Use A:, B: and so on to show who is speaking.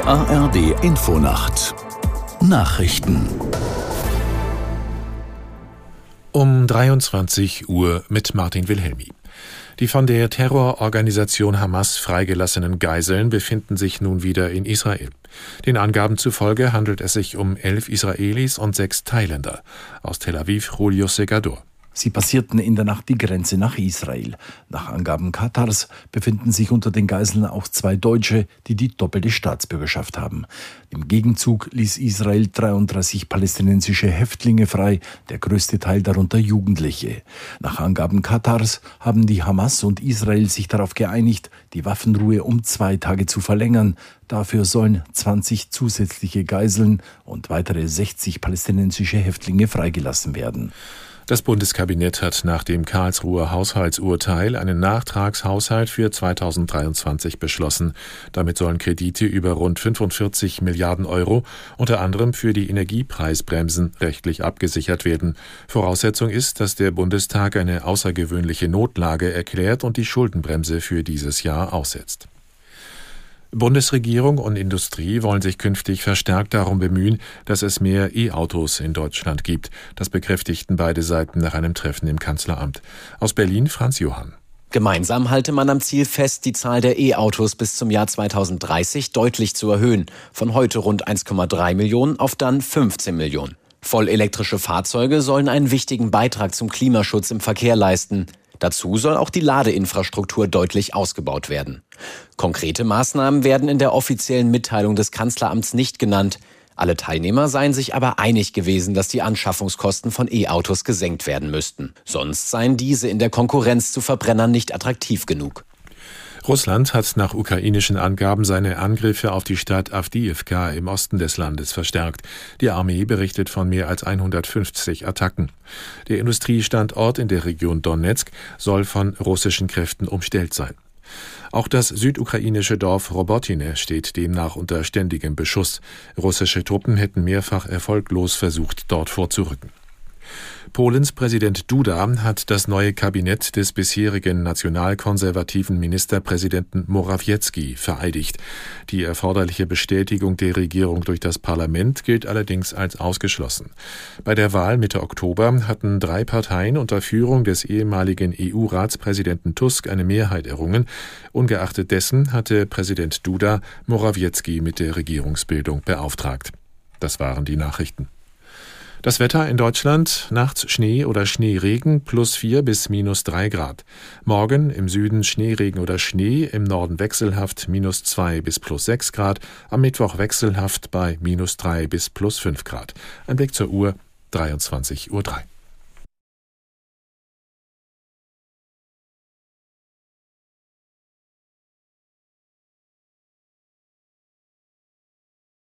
A: ARD Infonacht Nachrichten
B: um 23 Uhr mit Martin Wilhelmi. Die von der Terrororganisation Hamas freigelassenen Geiseln befinden sich nun wieder in Israel. Den Angaben zufolge handelt es sich um 11 Israelis und 6 Thailänder. Aus Tel Aviv, Julio Segador.
C: Sie passierten in der Nacht die Grenze nach Israel. Nach Angaben Katars befinden sich unter den Geiseln auch 2 Deutsche, die die doppelte Staatsbürgerschaft haben. Im Gegenzug ließ Israel 33 palästinensische Häftlinge frei, der größte Teil darunter Jugendliche. Nach Angaben Katars haben die Hamas und Israel sich darauf geeinigt, die Waffenruhe um 2 Tage zu verlängern. Dafür sollen 20 zusätzliche Geiseln und weitere 60 palästinensische Häftlinge freigelassen werden.
B: Das Bundeskabinett hat nach dem Karlsruher Haushaltsurteil einen Nachtragshaushalt für 2023 beschlossen. Damit sollen Kredite über rund 45 Milliarden Euro, unter anderem für die Energiepreisbremsen, rechtlich abgesichert werden. Voraussetzung ist, dass der Bundestag eine außergewöhnliche Notlage erklärt und die Schuldenbremse für dieses Jahr aussetzt. Bundesregierung und Industrie wollen sich künftig verstärkt darum bemühen, dass es mehr E-Autos in Deutschland gibt. Das bekräftigten beide Seiten nach einem Treffen im Kanzleramt. Aus Berlin Franz Johann.
D: Gemeinsam halte man am Ziel fest, die Zahl der E-Autos bis zum Jahr 2030 deutlich zu erhöhen. Von heute rund 1,3 Millionen auf dann 15 Millionen. Vollelektrische Fahrzeuge sollen einen wichtigen Beitrag zum Klimaschutz im Verkehr leisten. Dazu soll auch die Ladeinfrastruktur deutlich ausgebaut werden. Konkrete Maßnahmen werden in der offiziellen Mitteilung des Kanzleramts nicht genannt. Alle Teilnehmer seien sich aber einig gewesen, dass die Anschaffungskosten von E-Autos gesenkt werden müssten. Sonst seien diese in der Konkurrenz zu Verbrennern nicht attraktiv genug.
B: Russland hat nach ukrainischen Angaben seine Angriffe auf die Stadt Awdijiwka im Osten des Landes verstärkt. Die Armee berichtet von mehr als 150 Attacken. Der Industriestandort in der Region Donezk soll von russischen Kräften umstellt sein. Auch das südukrainische Dorf Robotine steht demnach unter ständigem Beschuss. Russische Truppen hätten mehrfach erfolglos versucht, dort vorzurücken. Polens Präsident Duda hat das neue Kabinett des bisherigen nationalkonservativen Ministerpräsidenten Morawiecki vereidigt. Die erforderliche Bestätigung der Regierung durch das Parlament gilt allerdings als ausgeschlossen. Bei der Wahl Mitte Oktober hatten 3 Parteien unter Führung des ehemaligen EU-Ratspräsidenten Tusk eine Mehrheit errungen. Ungeachtet dessen hatte Präsident Duda Morawiecki mit der Regierungsbildung beauftragt. Das waren die Nachrichten. Das Wetter in Deutschland: nachts Schnee oder Schneeregen, +4 bis -3 Grad. Morgen im Süden Schneeregen oder Schnee, im Norden wechselhaft -2 bis +6 Grad. Am Mittwoch wechselhaft bei -3 bis +5 Grad. Ein Blick zur Uhr, 23:03 Uhr.